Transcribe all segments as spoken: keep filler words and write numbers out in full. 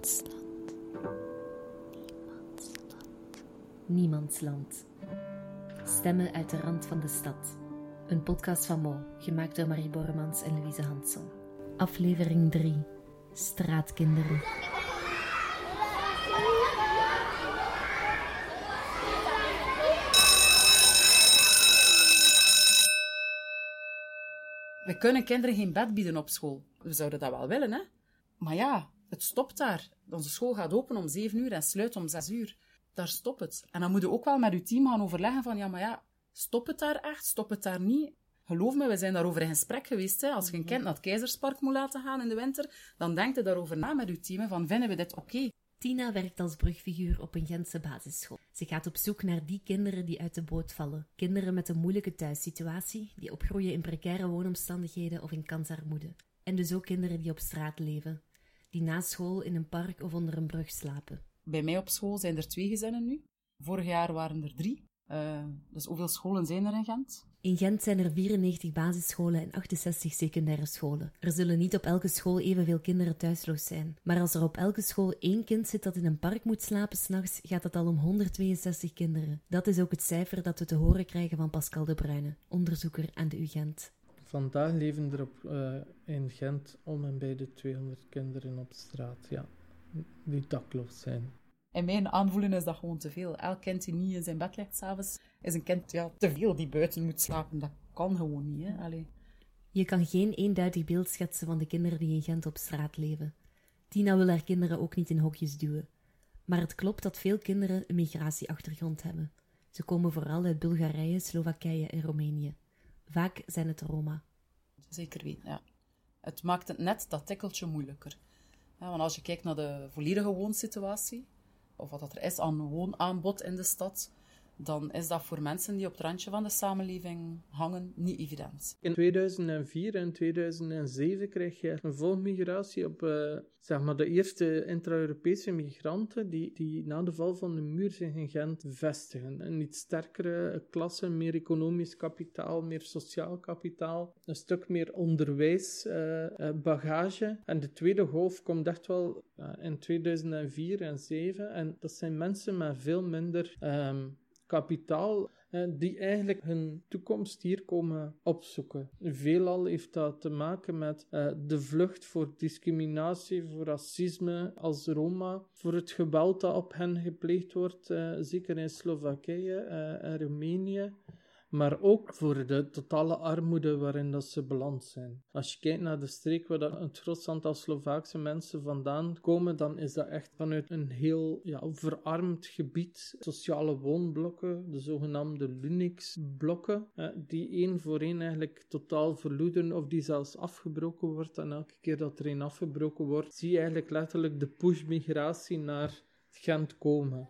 Niemandsland. Niemandsland. Stemmen uit de rand van de stad. Een podcast van Mo, gemaakt door Marie Borremans en Louise Hansson. Aflevering drie. Straatkinderen. We kunnen kinderen geen bed bieden op school. We zouden dat wel willen, hè? Maar ja, het stopt daar. Onze school gaat open om zeven uur en sluit om zes uur. Daar stopt het. En dan moet je ook wel met je team gaan overleggen van, ja, maar ja, stop het daar echt? Stop het daar niet? Geloof me, we zijn daarover in gesprek geweest. Hè? Als je een kind naar het Keizerspark moet laten gaan in de winter, dan denk je daarover na met je team, van, vinden we dit oké? Okay? Tina werkt als brugfiguur op een Gentse basisschool. Ze gaat op zoek naar die kinderen die uit de boot vallen. Kinderen met een moeilijke thuissituatie, die opgroeien in precaire woonomstandigheden of in kansarmoede. En dus ook kinderen die op straat leven. Die na school in een park of onder een brug slapen. Bij mij op school zijn er twee gezinnen nu. Vorig jaar waren er drie. Uh, dus hoeveel scholen zijn er in Gent? In Gent zijn er vierennegentig basisscholen en achtenzestig secundaire scholen. Er zullen niet op elke school evenveel kinderen thuisloos zijn. Maar als er op elke school één kind zit dat in een park moet slapen 's nachts, gaat het al om honderdtweeënzestig kinderen. Dat is ook het cijfer dat we te horen krijgen van Pascal de Bruyne, onderzoeker aan de U Gent. Vandaag leven er op, uh, in Gent om en bij de tweehonderd kinderen op straat, ja, die dakloos zijn. In mijn aanvoelen is dat gewoon te veel. Elk kind die niet in zijn bed ligt s'avonds, is een kind ja, te veel die buiten moet slapen. Dat kan gewoon niet. Hè? Allee. Je kan geen eenduidig beeld schetsen van de kinderen die in Gent op straat leven. Tina wil haar kinderen ook niet in hokjes duwen. Maar het klopt dat veel kinderen een migratieachtergrond hebben. Ze komen vooral uit Bulgarije, Slowakije en Roemenië. Vaak zijn het Roma. Zeker weten, ja. Het maakt het net dat tikkeltje moeilijker. Ja, want als je kijkt naar de volledige woonsituatie, of wat er is aan woonaanbod in de stad, dan is dat voor mensen die op het randje van de samenleving hangen niet evident. In tweeduizend vier en tweeduizend zeven kreeg je een volgmigratie op uh, zeg maar de eerste intra-Europese migranten die, die na de val van de muur zich in Gent vestigen. Een iets sterkere klasse, meer economisch kapitaal, meer sociaal kapitaal, een stuk meer onderwijsbagage. Uh, en de tweede golf komt echt wel uh, in tweeduizend vier en tweeduizend zeven. En dat zijn mensen met veel minder Um, kapitaal, die eigenlijk hun toekomst hier komen opzoeken. Veelal heeft dat te maken met uh, de vlucht voor discriminatie, voor racisme als Roma, voor het geweld dat op hen gepleegd wordt, uh, zeker in Slowakije uh, en Roemenië. Maar ook voor de totale armoede waarin dat ze beland zijn. Als je kijkt naar de streek waar dat het grootste aantal Slovaakse mensen vandaan komen, dan is dat echt vanuit een heel ja, verarmd gebied. Sociale woonblokken, de zogenaamde Lunix-blokken, eh, die één voor één eigenlijk totaal verloederen of die zelfs afgebroken wordt. En elke keer dat er een afgebroken wordt, zie je eigenlijk letterlijk de push-migratie naar Gent komen.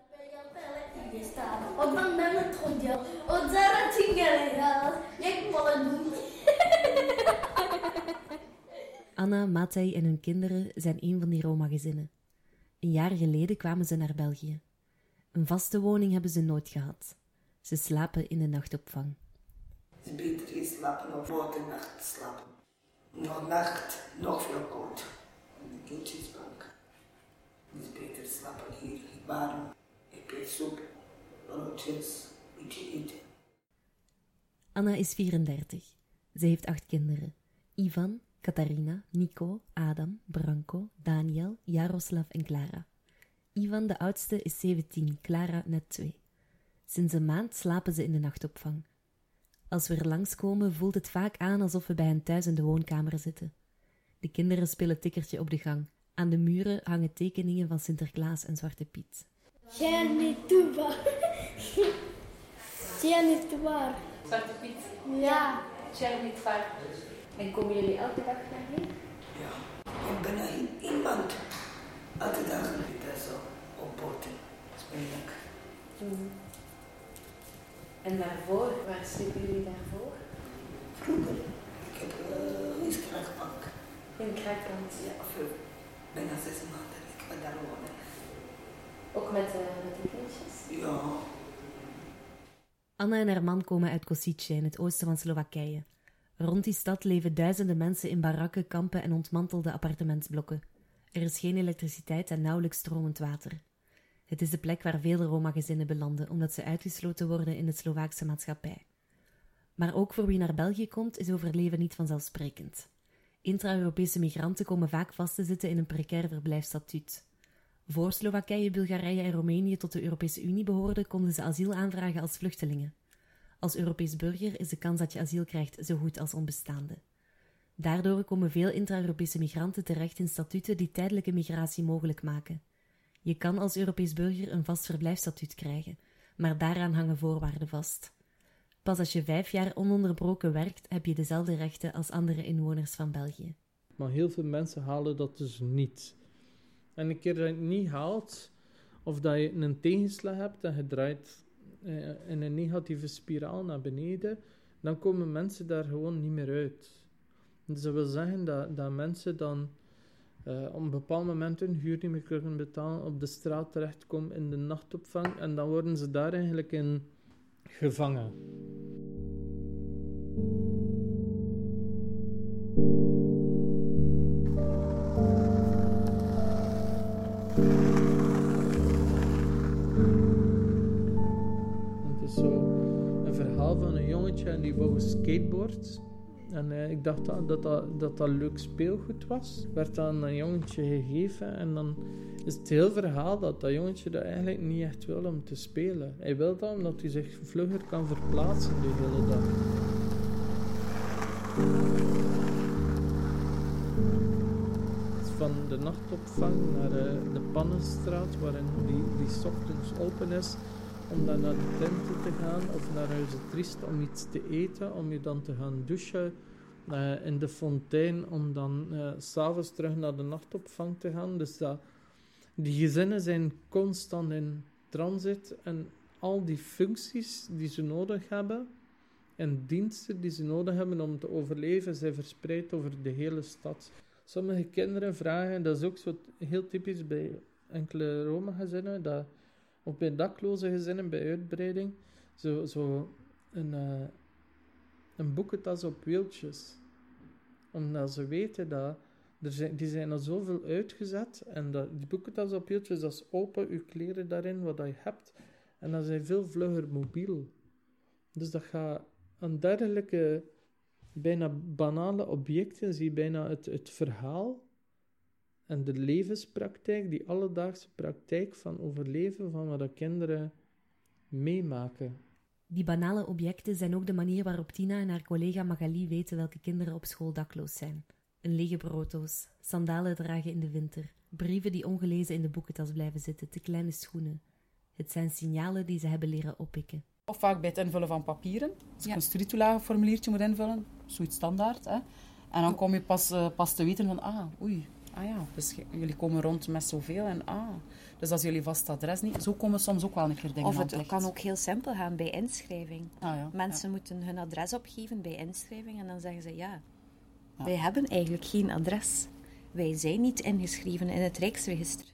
Anna, Matej en hun kinderen zijn een van die Roma-gezinnen. Een jaar geleden kwamen ze naar België. Een vaste woning hebben ze nooit gehad. Ze slapen in de nachtopvang. Het is beter geen slapen of voor de nacht slapen. Nog nacht, nog veel koud. In de kindjesbank. Het is beter slapen hier. Warm. Ik eet soep, broodjes, beetje eten. Anna is vierendertig. Ze heeft acht kinderen. Ivan, Katarina, Nico, Adam, Branko, Daniel, Jaroslav en Clara. Ivan, de oudste, is zeventien, Clara net twee. Sinds een maand slapen ze in de nachtopvang. Als we er langskomen, voelt het vaak aan alsof we bij hen thuis in de woonkamer zitten. De kinderen spelen tikkertje op de gang. Aan de muren hangen tekeningen van Sinterklaas en Zwarte Piet. Tjernituba. Tjernituba. Zwarte Piet? Ja. Tjernituba. En komen jullie elke dag naar hier? Ja, ik ben er iemand. Elke dag zit er zo op boten. Dat is moeilijk. Mm. En daarvoor, waar sliepen jullie daarvoor? Vroeger, ik heb uh, een krachtbank. In Krakland? Ja, voor bijna zes maanden. Ik ben daar wonen. Ook met, uh, met de kindjes? Ja. Anna en haar man komen uit Kosice in het oosten van Slowakije. Rond die stad leven duizenden mensen in barakken, kampen en ontmantelde appartementsblokken. Er is geen elektriciteit en nauwelijks stromend water. Het is de plek waar veel Roma-gezinnen belanden, omdat ze uitgesloten worden in de Slovaakse maatschappij. Maar ook voor wie naar België komt, is overleven niet vanzelfsprekend. Intra-Europese migranten komen vaak vast te zitten in een precair verblijfsstatuut. Voor Slowakije, Bulgarije en Roemenië tot de Europese Unie behoorden, konden ze asiel aanvragen als vluchtelingen. Als Europees burger is de kans dat je asiel krijgt zo goed als onbestaande. Daardoor komen veel intra-Europese migranten terecht in statuten die tijdelijke migratie mogelijk maken. Je kan als Europees burger een vast verblijfsstatuut krijgen, maar daaraan hangen voorwaarden vast. Pas als je vijf jaar ononderbroken werkt, heb je dezelfde rechten als andere inwoners van België. Maar heel veel mensen halen dat dus niet. En een keer dat je het niet haalt, of dat je een tegenslag hebt en je draait eh, in een negatieve spiraal naar beneden, dan komen mensen daar gewoon niet meer uit. Dus dat wil zeggen dat, dat mensen dan uh, op een bepaald moment hun huur niet meer kunnen betalen, op de straat terechtkomen in de nachtopvang en dan worden ze daar eigenlijk in gevangen. Het is zo een verhaal van een jongetje en die wou skateboard. En uh, ik dacht dat dat, dat, dat dat leuk speelgoed was. Werd aan een jongetje gegeven. En dan is het heel verhaal dat dat jongetje dat eigenlijk niet echt wil om te spelen. Hij wil dat omdat hij zich vlugger kan verplaatsen de hele dag. Van de nachtopvang naar uh, de Pannenstraat, waarin die, die 's ochtends open is, om dan naar de tenten te gaan of naar Huize Triest om iets te eten, om je dan te gaan douchen uh, in de fontein, om dan uh, 's avonds terug naar de nachtopvang te gaan. Dus dat, die gezinnen zijn constant in transit en al die functies die ze nodig hebben en diensten die ze nodig hebben om te overleven, zijn verspreid over de hele stad. Sommige kinderen vragen, dat is ook zo heel typisch bij enkele Roma-gezinnen, dat of bij dakloze gezinnen, bij uitbreiding, zo, zo een, uh, een boekentas op wieltjes. Omdat ze weten dat, er zijn, die zijn al zoveel uitgezet, en dat, die boekentas op wieltjes, dat is open, je kleren daarin, wat je hebt, en dan zijn veel vlugger mobiel. Dus dat gaat aan dergelijke, bijna banale objecten, zie je bijna het, het verhaal en de levenspraktijk, die alledaagse praktijk van overleven van wat de kinderen meemaken. Die banale objecten zijn ook de manier waarop Tina en haar collega Magali weten welke kinderen op school dakloos zijn. Een lege brooddoos, sandalen dragen in de winter, brieven die ongelezen in de boekentas blijven zitten, te kleine schoenen. Het zijn signalen die ze hebben leren oppikken. Of vaak bij het invullen van papieren. Als je ja. een studietoelagenformuliertje moet invullen, zoiets standaard. Hè? En dan kom je pas, uh, pas te weten van, ah, oei, ah ja, dus jullie komen rond met zoveel en ah, dus als jullie vast adres niet, zo komen soms ook wel een keer dingen Of het aan het kan ook heel simpel gaan bij inschrijving. Ah, ja, Mensen ja. moeten hun adres opgeven bij inschrijving en dan zeggen ze ja, ja, wij hebben eigenlijk geen adres. Wij zijn niet ingeschreven in het Rijksregister.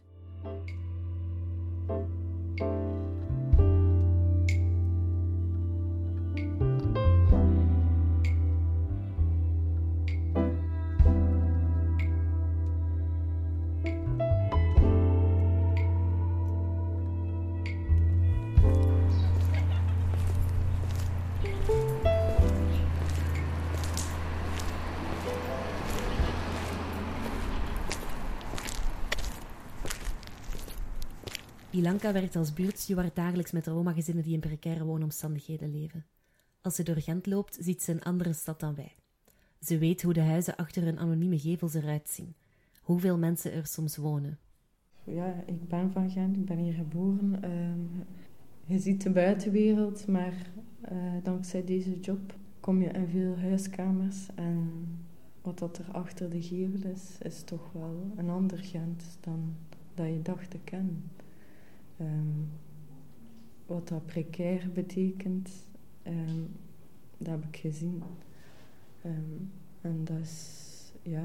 Ilanka werkt als buurtsteward dagelijks met Roma-gezinnen die in precaire woonomstandigheden leven. Als ze door Gent loopt, ziet ze een andere stad dan wij. Ze weet hoe de huizen achter hun anonieme gevels eruit zien. Hoeveel mensen er soms wonen. Ja, ik ben van Gent, ik ben hier geboren. Uh, je ziet de buitenwereld, maar uh, dankzij deze job kom je in veel huiskamers. En wat dat er achter de gevel is, is toch wel een ander Gent dan dat je dacht te kennen. Um, wat dat precair betekent, um, dat heb ik gezien. Um, en dat is, ja...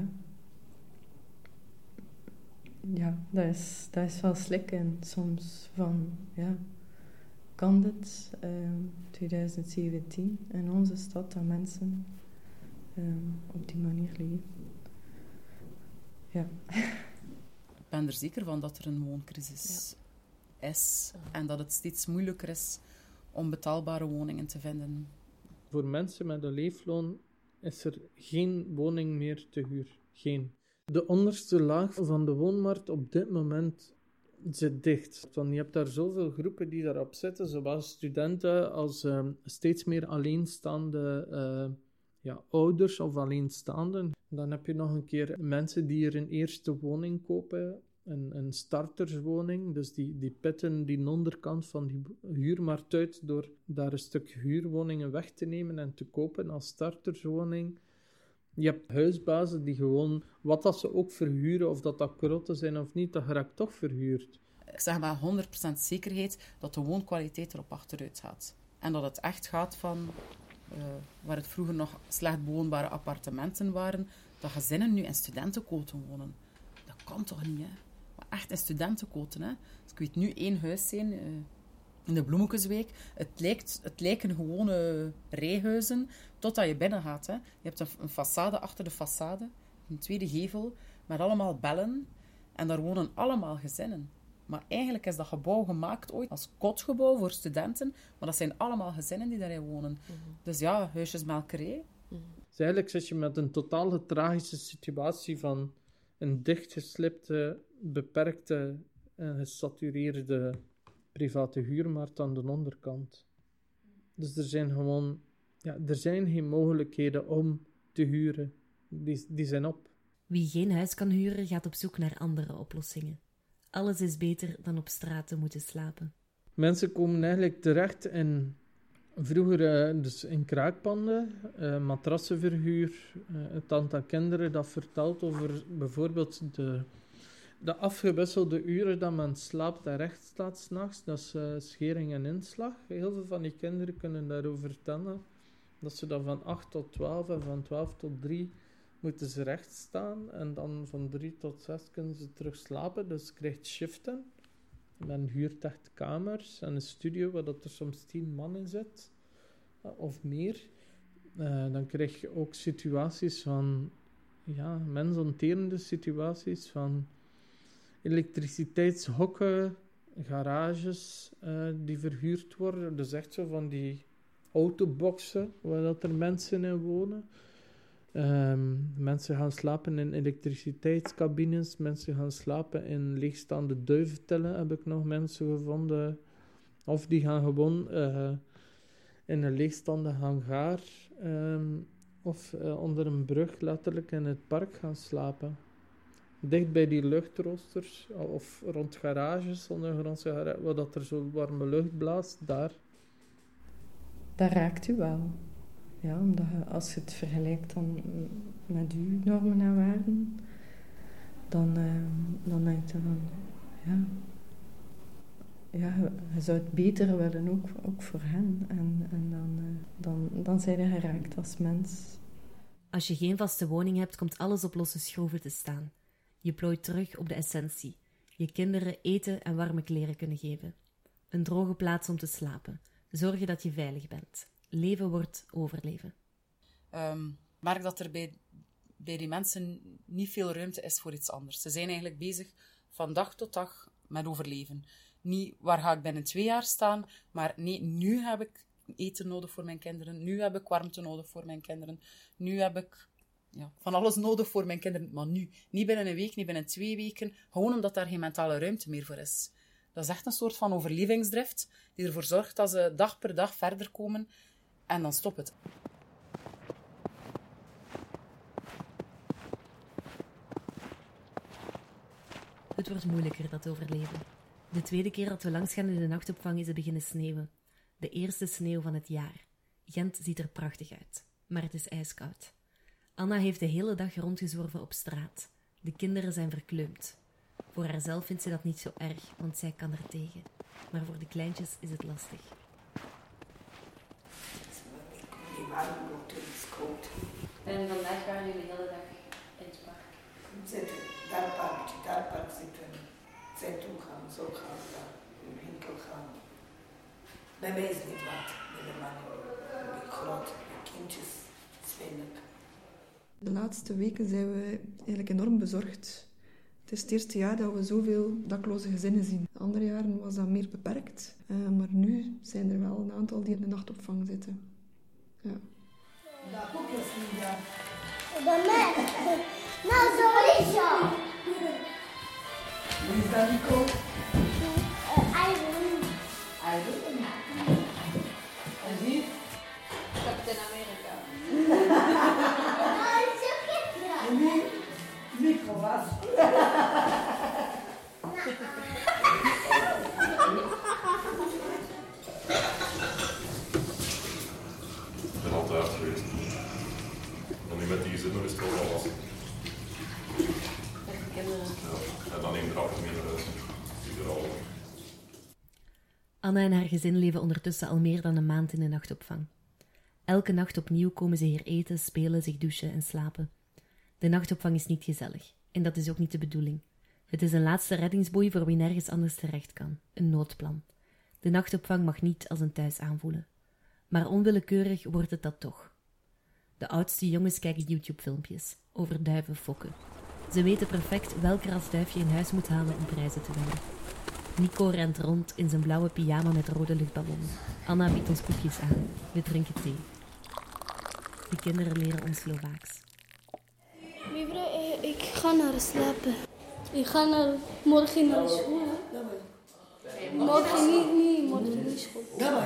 Ja, dat is, dat is wel slikken soms van, ja... Kan dit, um, twintig zeventien, in onze stad, dat mensen um, op die manier leven? Ja. Ik ben er zeker van dat er een wooncrisis ja. is. En dat het steeds moeilijker is om betaalbare woningen te vinden. Voor mensen met een leefloon is er geen woning meer te huur. Geen. De onderste laag van de woonmarkt op dit moment zit dicht. Want je hebt daar zoveel groepen die daarop zitten, zowel studenten als uh, steeds meer alleenstaande uh, ja, ouders of alleenstaanden. Dan heb je nog een keer mensen die er een eerste woning kopen, een, een starterswoning. Dus die, die pitten die onderkant van die huurmarkt uit door daar een stuk huurwoningen weg te nemen en te kopen als starterswoning. Je hebt huisbazen die gewoon, wat dat ze ook verhuren, of dat dat krotten zijn of niet, dat raakt toch verhuurd. Ik zeg maar honderd procent zekerheid dat de woonkwaliteit erop achteruit gaat. En dat het echt gaat van, uh, waar het vroeger nog slecht bewoonbare appartementen waren, dat gezinnen nu in studentenkoten wonen. Dat kan toch niet, hè? Maar echt in studentenkoten, hè? Dus ik weet nu één huis zijn, uh, in de Bloemekeswijk. Het lijkt, het lijken gewone rijhuizen, totdat je binnen gaat. Hè. Je hebt een, een façade achter de façade, een tweede gevel, met allemaal bellen. En daar wonen allemaal gezinnen. Maar eigenlijk is dat gebouw gemaakt ooit als kotgebouw voor studenten. Maar dat zijn allemaal gezinnen die daarin wonen. Mm-hmm. Dus ja, huisjesmelkerij. Mm-hmm. Dus eigenlijk zit je met een totale tragische situatie van een dichtgeslipte, beperkte en gesatureerde private huurmarkt aan de onderkant. Dus er zijn gewoon... Ja, er zijn geen mogelijkheden om te huren. Die, die zijn op. Wie geen huis kan huren, gaat op zoek naar andere oplossingen. Alles is beter dan op straat te moeten slapen. Mensen komen eigenlijk terecht in... Vroeger uh, dus in kraakpanden, uh, matrassenverhuur, uh, het aantal kinderen dat vertelt over bijvoorbeeld de... De afgewisselde uren dat men slaapt en recht staat 's nachts, dat is uh, schering en inslag. Heel veel van die kinderen kunnen daarover vertellen. Dat ze dan van acht tot twaalf en van twaalf tot drie moeten ze recht staan. En dan van drie tot zes kunnen ze terug slapen. Dus je krijgt shiften. Men huurt echt kamers en een studio waar dat er soms tien man in zit. Uh, of meer. Uh, dan krijg je ook situaties van... Ja, mensonterende situaties van... elektriciteitshokken, garages uh, die verhuurd worden. Dus echt zo van die autoboxen waar dat er mensen in wonen. Um, mensen gaan slapen in elektriciteitscabines. Mensen gaan slapen in leegstaande duiventellen, heb ik nog mensen gevonden. Of die gaan gewoon uh, in een leegstaande hangar um, of uh, onder een brug letterlijk in het park gaan slapen. Dicht bij die luchtroosters of rond garages, ondergrondse garages, waar dat er zo warme lucht blaast, daar. Dat raakt u wel. Ja, omdat je, als je het vergelijkt dan met uw normen en waarden, dan, uh, dan denk je van, ja, ja je, je zou het beter willen, ook, ook voor hen. En, en dan, uh, dan, dan zijn je geraakt als mens. Als je geen vaste woning hebt, komt alles op losse schroeven te staan. Je plooit terug op de essentie. Je kinderen eten en warme kleren kunnen geven. Een droge plaats om te slapen. Zorgen dat je veilig bent. Leven wordt overleven. Um, ik merk dat er bij, bij die mensen niet veel ruimte is voor iets anders. Ze zijn eigenlijk bezig van dag tot dag met overleven. Niet waar ga ik binnen twee jaar staan, maar nee, nu heb ik eten nodig voor mijn kinderen. Nu heb ik warmte nodig voor mijn kinderen. Nu heb ik... Ja, van alles nodig voor mijn kinderen, maar nu. Niet binnen een week, niet binnen twee weken. Gewoon omdat daar geen mentale ruimte meer voor is. Dat is echt een soort van overlevingsdrift die ervoor zorgt dat ze dag per dag verder komen en dan stopt het. Het wordt moeilijker, dat overleven. De tweede keer dat we langsgaan in de nachtopvang is het beginnen sneeuwen. De eerste sneeuw van het jaar. Gent ziet er prachtig uit, maar het is ijskoud. Anna heeft de hele dag rondgezworven op straat. De kinderen zijn verkleumd. Voor haarzelf vindt ze dat niet zo erg, want zij kan er tegen. Maar voor de kleintjes is het lastig. En vandaag gaan jullie de hele dag in het park? Zitten, daar parkje, daar park zitten. Zij toe gaan, zo gaan, daar in de winkel gaan. Bij mij is het niet wat, bij de mannen. De grote, de kindjes, spelen. De laatste weken zijn we eigenlijk enorm bezorgd Het is het eerste jaar dat we zoveel dakloze gezinnen zien. De andere jaren was dat meer beperkt. Uh, maar nu zijn er wel een aantal die in de nachtopvang zitten. Ja. Dat ook is niet, ja. Bij mij. Nou, zo is het. Wie is dat, Nico? Iron. Iron. En die? Captain America. Oh, zo kijk je. En die? Nico was. Ik ben altijd geweest. En nu met die gezinnen is het wel wel lastig. Ja, en dan neem je er af en mee naar huis. Die er al. Anna en haar gezin leven ondertussen al meer dan een maand in de nachtopvang. Elke nacht opnieuw komen ze hier eten, spelen, zich douchen en slapen. De nachtopvang is niet gezellig. En dat is ook niet de bedoeling. Het is een laatste reddingsboei voor wie nergens anders terecht kan. Een noodplan. De nachtopvang mag niet als een thuis aanvoelen. Maar onwillekeurig wordt het dat toch. De oudste jongens kijken YouTube-filmpjes over duiven fokken. Ze weten perfect welk ras duifje in huis moet halen om prijzen te winnen. Nico rent rond in zijn blauwe pyjama met rode luchtballonnen. Anna biedt ons koekjes aan. We drinken thee. De kinderen leren ons Slovaaks. Mevrouw, ik ga naar slapen. Ik ga naar, morgen naar school. Morgen niet, niet, morgen niet school.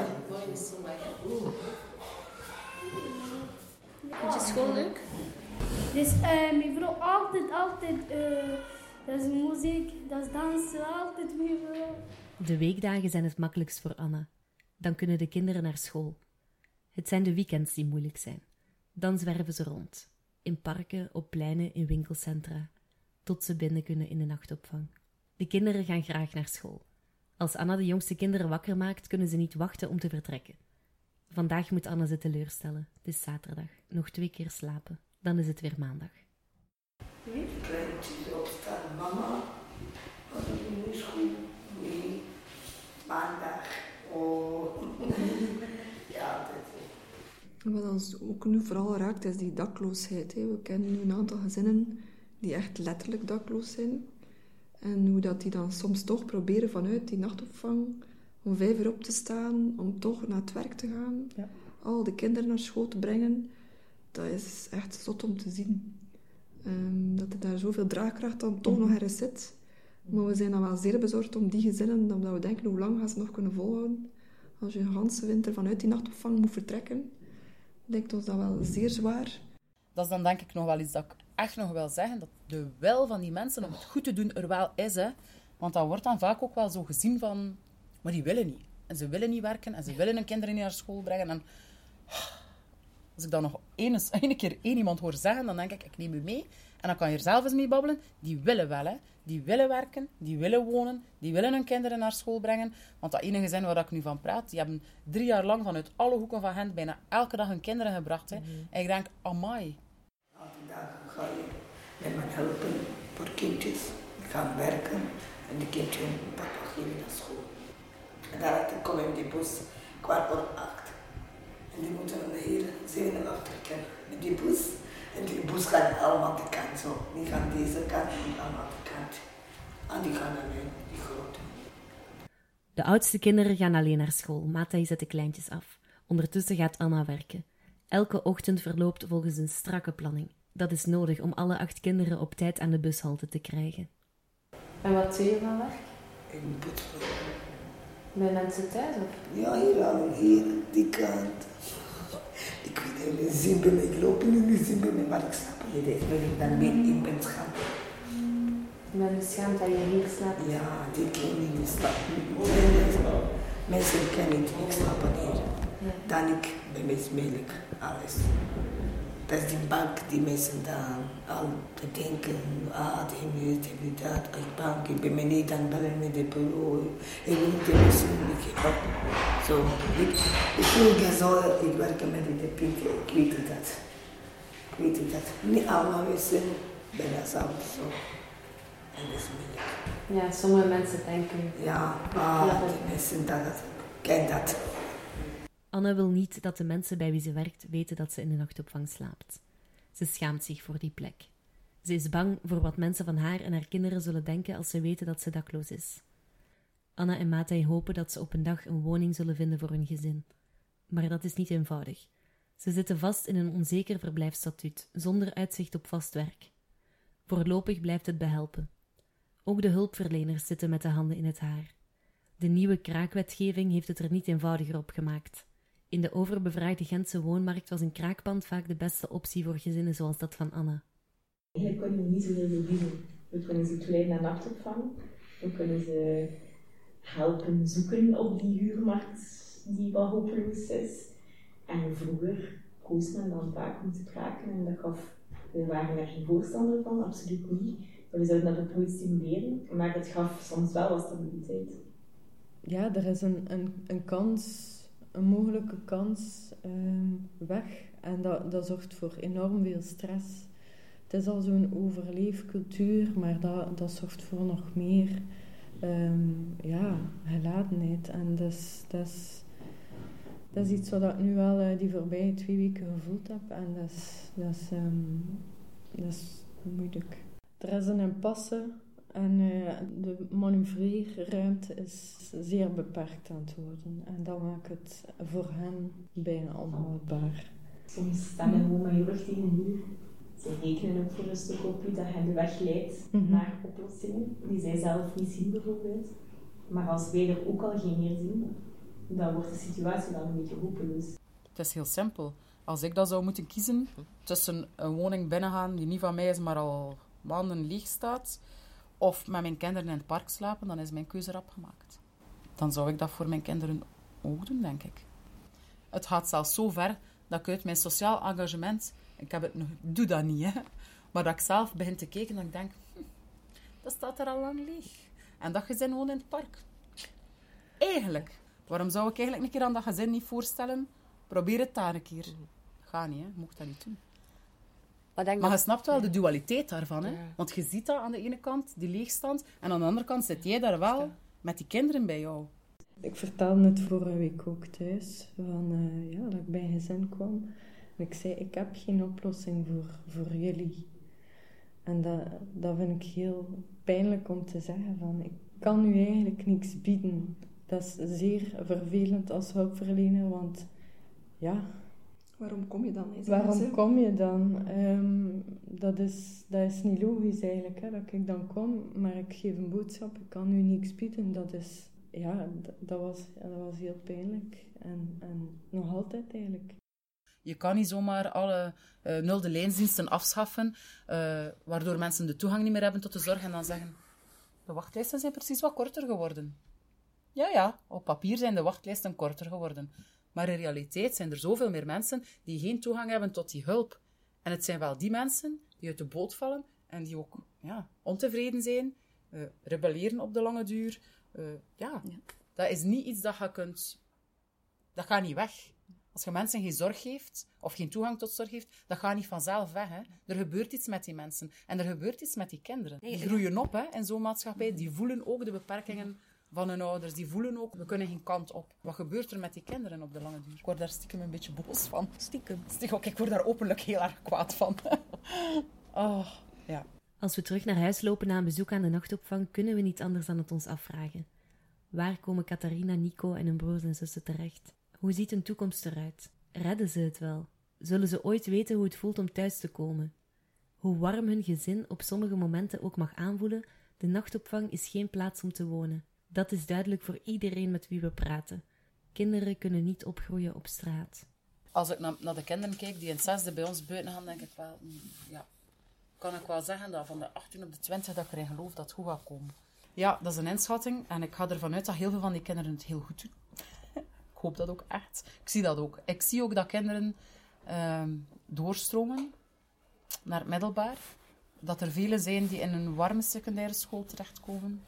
Vind je school leuk? Dus uh, mevrouw, altijd, altijd, uh, dat is muziek, dat is dansen, altijd mevrouw. De weekdagen zijn het makkelijkst voor Anna. Dan kunnen de kinderen naar school. Het zijn de weekends die moeilijk zijn. Dan zwerven ze rond. In parken, op pleinen, in winkelcentra. Tot ze binnen kunnen in de nachtopvang. De kinderen gaan graag naar school. Als Anna de jongste kinderen wakker maakt, kunnen ze niet wachten om te vertrekken. Vandaag moet Anna ze teleurstellen. Het is zaterdag. Nog twee keer slapen. Dan is het weer maandag. Kleintjes opstaan. Mama, wat doe je nu school? Nee, maandag. Oh. Ja, dat is... Wat ons ook nu vooral raakt, is die dakloosheid. Hè. We kennen nu een aantal gezinnen die echt letterlijk dakloos zijn. En hoe dat die dan soms toch proberen vanuit die nachtopvang om vijf uur op te staan, om toch naar het werk te gaan. Ja. Al de kinderen naar school te brengen. Dat is echt zot om te zien. Um, dat er daar zoveel draagkracht dan toch mm-hmm. nog ergens zit. Maar we zijn dan wel zeer bezorgd om die gezinnen, omdat we denken, hoe lang gaan ze nog kunnen volhouden? Als je een ganse winter vanuit die nachtopvang moet vertrekken, lijkt ons dat wel zeer zwaar. Dat is dan denk ik nog wel iets dat ik echt nog wil zeggen, dat de wil van die mensen om het goed te doen er wel is. Hè. Want dat wordt dan vaak ook wel zo gezien van, maar die willen niet. En ze willen niet werken en ze willen hun kinderen niet naar school brengen. En als ik dan nog eens, ene keer één iemand hoor zeggen, dan denk ik, ik neem u mee. En dan kan je er zelf eens mee babbelen. Die willen wel, hè. Die willen werken, die willen wonen, die willen hun kinderen naar school brengen. Want dat ene gezin waar ik nu van praat, die hebben drie jaar lang vanuit alle hoeken van Gent bijna elke dag hun kinderen gebracht. Hè. Mm-hmm. En ik denk, amai. Al die dagen ga je met me helpen voor kindjes. Ik ga werken en de kindjes papa geven naar school. En daarachter kom ik in die bus, kwart voor acht. En die moeten naar hier zeven achter trekken met die bus. En die bus gaat allemaal de kant zo. Die gaan deze kant en allemaal de kant. En die gaan dan weer, die grote. De oudste kinderen gaan alleen naar school. Matthij zet de kleintjes af. Ondertussen gaat Anna werken. Elke ochtend verloopt volgens een strakke planning. Dat is nodig om alle acht kinderen op tijd aan de bushalte te krijgen. En wat doe je van werk? Ik moet Met mensen thuis of? Ja, hier aan hier, die kant. Ik weet niet, zien bij mij, ik loop nu zien bij mij, maar ik snap niet eens. Ik ben mee, ik ben schaamd. Je bent beschaamd dat je hier slaapt? Ja, die kennen niet, snap niet. Mensen kennen niet, ik snap het niet. Dan ik ben mij smeelijk, alles. Dat is die bank die mensen dan al te denken, ah, die hebben dit, die hebben dat, ik bank, ik ben me niet dan bellen met de bureau, ik wil niet de mensen, ik heb ook zo. Ik, ik voel zo, ik werk met de pinken, ik weet dat. Ik weet dat. Niet allemaal mensen, ben dat zelf zo. En dat is moeilijk. Ja, sommige mensen denken. Ja, ah, die mensen, dat, ken dat. Anna wil niet dat de mensen bij wie ze werkt weten dat ze in de nachtopvang slaapt. Ze schaamt zich voor die plek. Ze is bang voor wat mensen van haar en haar kinderen zullen denken als ze weten dat ze dakloos is. Anna en Matej hopen dat ze op een dag een woning zullen vinden voor hun gezin. Maar dat is niet eenvoudig. Ze zitten vast in een onzeker verblijfsstatuut, zonder uitzicht op vast werk. Voorlopig blijft het behelpen. Ook de hulpverleners zitten met de handen in het haar. De nieuwe kraakwetgeving heeft het er niet eenvoudiger op gemaakt. In de overbevraagde Gentse woonmarkt was een kraakpand vaak de beste optie voor gezinnen zoals dat van Anna. Eigenlijk kunnen we niet zo heel veel doen. We kunnen ze toeleiden naar nachtopvang. We kunnen ze helpen zoeken op die huurmarkt die wat hopeloos is. En vroeger koos men dan vaak om te kraken en dat gaf, we waren er geen voorstander van, absoluut niet. We zouden dat ook nooit stimuleren, maar het gaf soms wel wat stabiliteit. Ja, er is een, een, een kans, een mogelijke kans um, weg en dat, dat zorgt voor enorm veel stress. Het is al zo'n overleefcultuur, maar dat, dat zorgt voor nog meer um, ja, gelatenheid. En dat is, dat, is, dat is iets wat ik nu wel uh, die voorbije twee weken gevoeld heb. En dat is, dat is, um, dat is moeilijk. Er is een impasse en uh, de manoeuvreerruimte is zeer beperkt aan het worden. En dat maakt het voor hen bijna onhoudbaar. Soms staan we gewoon met je rug tegen de muur. Ze rekenen ook voor een stuk op u dat je de weg leidt mm-hmm. naar oplossingen, die zij zelf niet zien bijvoorbeeld. Maar als wij er ook al geen meer zien, dan wordt de situatie wel een beetje hopeloos. Het is heel simpel. Als ik dat zou moeten kiezen tussen een woning binnengaan die niet van mij is, maar al maanden leeg staat, of met mijn kinderen in het park slapen, dan is mijn keuze rap gemaakt. Dan zou ik dat voor mijn kinderen ook doen, denk ik. Het gaat zelfs zo ver dat ik uit mijn sociaal engagement, ik heb het nog, doe dat niet, hè, maar dat ik zelf begin te kijken en ik denk, hm, dat staat er al lang leeg. En dat gezin woont in het park. Eigenlijk, waarom zou ik eigenlijk een keer aan dat gezin niet voorstellen? Probeer het daar een keer. Ga niet, hè, je mag dat niet doen. Maar, denk maar je snapt wel de dualiteit daarvan, hè? Ja. Want je ziet dat aan de ene kant, die leegstand, en aan de andere kant zit jij daar wel met die kinderen bij jou. Ik vertelde het vorige week ook thuis, van, uh, ja, dat ik bij een gezin kwam. En ik zei, ik heb geen oplossing voor, voor jullie. En dat, dat vind ik heel pijnlijk om te zeggen, van, ik kan u eigenlijk niks bieden. Dat is zeer vervelend als hulpverlener, want ja... Waarom kom je dan? Waarom kom je dan? Um, dat, is, dat is niet logisch eigenlijk, hè, dat ik dan kom, maar ik geef een boodschap, ik kan u niks bieden. Dat is, ja, dat, dat, was, dat was heel pijnlijk en, en nog altijd eigenlijk. Je kan niet zomaar alle uh, nulde lijnsdiensten afschaffen, uh, waardoor mensen de toegang niet meer hebben tot de zorg en dan zeggen, de wachtlijsten zijn precies wat korter geworden. Ja, ja, op papier zijn de wachtlijsten korter geworden. Maar in realiteit zijn er zoveel meer mensen die geen toegang hebben tot die hulp. En het zijn wel die mensen die uit de boot vallen en die ook ja, ontevreden zijn, uh, rebelleren op de lange duur. Uh, ja, ja, dat is niet iets dat je kunt... Dat gaat niet weg. Als je mensen geen zorg geeft, of geen toegang tot zorg geeft, dat gaat niet vanzelf weg. Hè. Er gebeurt iets met die mensen. En er gebeurt iets met die kinderen. Die groeien op hè, in zo'n maatschappij. Die voelen ook de beperkingen van hun ouders. Die voelen ook, we kunnen geen kant op. Wat gebeurt er met die kinderen op de lange duur? Ik word daar stiekem een beetje boos van. Stiekem? Stiekem, ik word daar openlijk heel erg kwaad van. Oh, ja. Als we terug naar huis lopen na een bezoek aan de nachtopvang, kunnen we niet anders dan het ons afvragen. Waar komen Catharina, Nico en hun broers en zussen terecht? Hoe ziet hun toekomst eruit? Redden ze het wel? Zullen ze ooit weten hoe het voelt om thuis te komen? Hoe warm hun gezin op sommige momenten ook mag aanvoelen, de nachtopvang is geen plaats om te wonen. Dat is duidelijk voor iedereen met wie we praten. Kinderen kunnen niet opgroeien op straat. Als ik naar, naar de kinderen kijk die in het zesde bij ons buiten gaan, denk ik wel, ja, kan ik wel zeggen dat van de achttien op de twintig dat ik erin geloof dat het goed gaat komen. Ja, dat is een inschatting en ik ga ervan uit dat heel veel van die kinderen het heel goed doen. Ik hoop dat ook echt. Ik zie dat ook. Ik zie ook dat kinderen uh, doorstromen naar het middelbaar. Dat er velen zijn die in een warme secundaire school terechtkomen.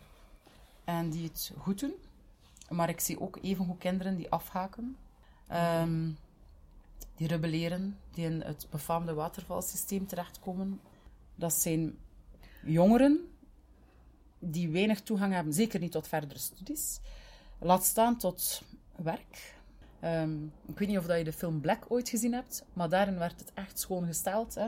En die het goed doen. Maar ik zie ook evengoed kinderen die afhaken. Um, die rebelleren. Die in het befaamde watervalsysteem terechtkomen. Dat zijn jongeren die weinig toegang hebben. Zeker niet tot verdere studies. Laat staan tot werk. Um, ik weet niet of je de film Black ooit gezien hebt. Maar daarin werd het echt schoon gesteld. Hè.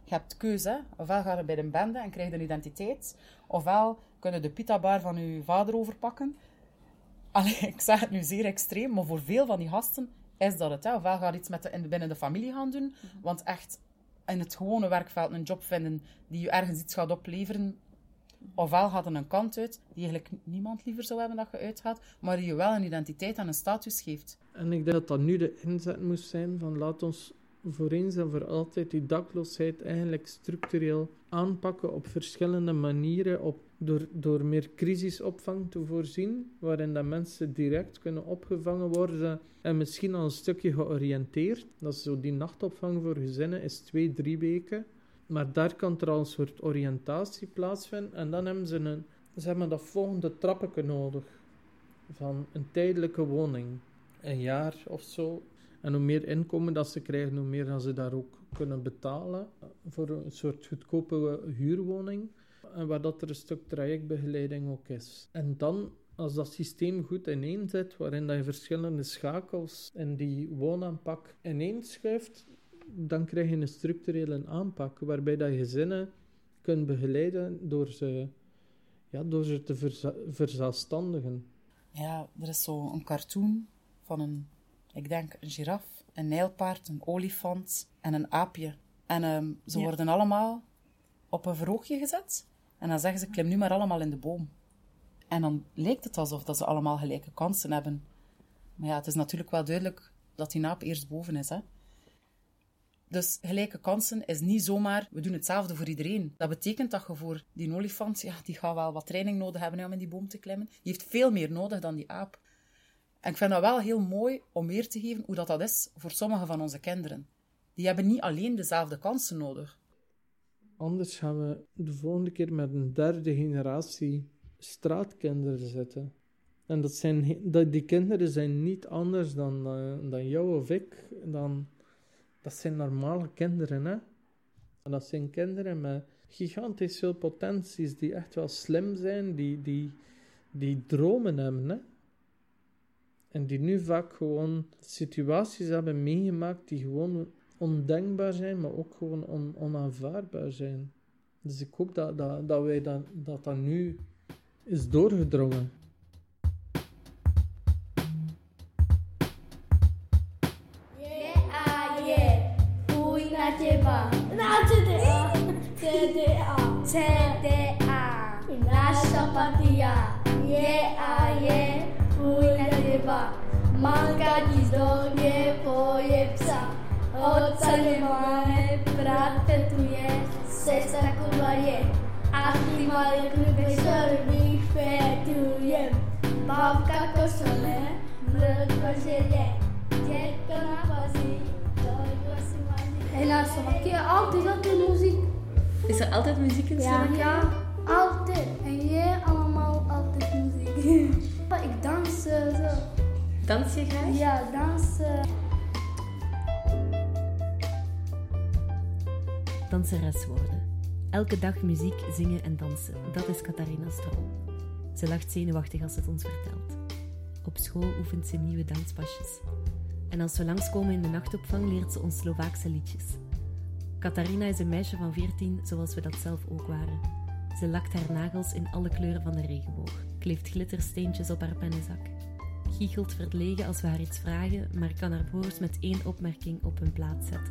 Je hebt keuze. Hè? Ofwel ga je bij de bende en krijg je een identiteit. Ofwel kun je de pita-bar van je vader overpakken. Allee, ik zeg het nu zeer extreem, maar voor veel van die gasten is dat het. Hè? Ofwel ga je iets met de, in, binnen de familie gaan doen. Mm-hmm. Want echt in het gewone werkveld een job vinden die je ergens iets gaat opleveren. Ofwel gaat er een kant uit die eigenlijk niemand liever zou hebben dat je uitgaat, maar die je wel een identiteit en een status geeft. En ik denk dat dat nu de inzet moest zijn van laat ons voor eens en voor altijd die dakloosheid eigenlijk structureel aanpakken op verschillende manieren, op, door, door meer crisisopvang te voorzien, waarin dat mensen direct kunnen opgevangen worden en misschien al een stukje georiënteerd. Dat is zo die nachtopvang voor gezinnen is twee, drie weken. Maar daar kan er al een soort oriëntatie plaatsvinden. En dan hebben ze een, zeg maar, dat volgende trappetje nodig. Van een tijdelijke woning. Een jaar of zo. En hoe meer inkomen dat ze krijgen, hoe meer dat ze daar ook kunnen betalen. Voor een soort goedkope huurwoning. En waar dat er een stuk trajectbegeleiding ook is. En dan, als dat systeem goed ineen zit, waarin dat je verschillende schakels in die woonaanpak ineenschuift, dan krijg je een structurele aanpak, waarbij dat je gezinnen kunt begeleiden door ze, ja, door ze te verza- verzelfstandigen. Ja, er is zo een cartoon van een, ik denk, een giraf, een nijlpaard, een olifant en een aapje. En um, ze ja. worden allemaal op een verhoogje gezet. En dan zeggen ze, klim nu maar allemaal in de boom. En dan lijkt het alsof dat ze allemaal gelijke kansen hebben. Maar ja, het is natuurlijk wel duidelijk dat die aap eerst boven is, hè. Dus gelijke kansen is niet zomaar, we doen hetzelfde voor iedereen. Dat betekent dat je voor die olifant, ja, die gaat wel wat training nodig hebben om in die boom te klimmen. Die heeft veel meer nodig dan die aap. En ik vind dat wel heel mooi om meer te geven hoe dat, dat is voor sommige van onze kinderen. Die hebben niet alleen dezelfde kansen nodig. Anders gaan we de volgende keer met een derde generatie straatkinderen zitten. En dat zijn, dat, die kinderen zijn niet anders dan, uh, dan jou of ik, dan... Dat zijn normale kinderen, hè. En dat zijn kinderen met gigantisch veel potenties, die echt wel slim zijn, die, die, die dromen hebben, hè. En die nu vaak gewoon situaties hebben meegemaakt die gewoon ondenkbaar zijn, maar ook gewoon on, onaanvaardbaar zijn. Dus ik hoop dat, dat, dat wij dat, dat, dat nu is doorgedrongen. C D A C D A Nasza partia Je a je Půj na těba Manka ti zdobě poje psa Otca nemáme Brat tu je Sestra kurva je A ty malé kluby Sorbích fetujem Babka kosole Mrtva želje Dětka na bazí Helaas, Slovakia, altijd altijd muziek. Is er altijd muziek in Slovakia? Ja, ja, altijd. En jij allemaal altijd muziek. Ik dans uh, zo. Dans je graag? Ja, dansen. Danseres worden. Elke dag muziek, zingen en dansen. Dat is Catharina's droom. Ze lacht zenuwachtig als ze het ons vertelt. Op school oefent ze nieuwe danspasjes. En als we langskomen in de nachtopvang leert ze ons Slovaakse liedjes. Catharina is een meisje van veertien, zoals we dat zelf ook waren. Ze lakt haar nagels in alle kleuren van de regenboog, kleeft glittersteentjes op haar pennenzak, giechelt verlegen als we haar iets vragen, maar kan haar broers met één opmerking op hun plaats zetten.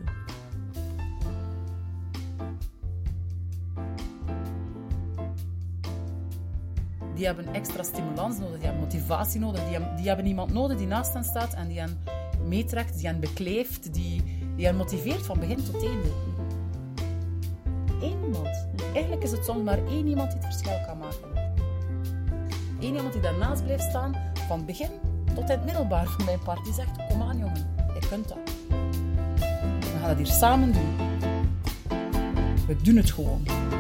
Die hebben extra stimulans nodig, die hebben motivatie nodig, die hebben, die hebben iemand nodig die naast hen staat en die hen meetrekt, die hen bekleeft, die, die hen motiveert van begin tot einde. Eén iemand. Eigenlijk is het soms maar één iemand die het verschil kan maken. Eén iemand die daarnaast blijft staan, van begin tot in het middelbaar van mijn part, die zegt, kom aan jongen, je kunt dat. We gaan dat hier samen doen. We doen het gewoon.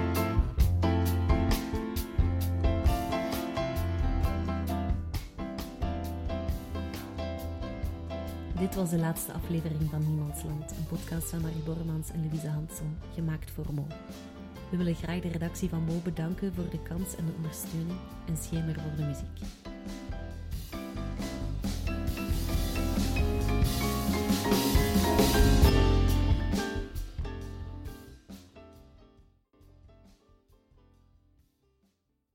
Dit was de laatste aflevering van Niemandsland, een podcast van Marie Bormans en Louise Hansson, gemaakt voor Mo. We willen graag de redactie van Mo bedanken voor de kans en de ondersteuning en Schemer voor de muziek.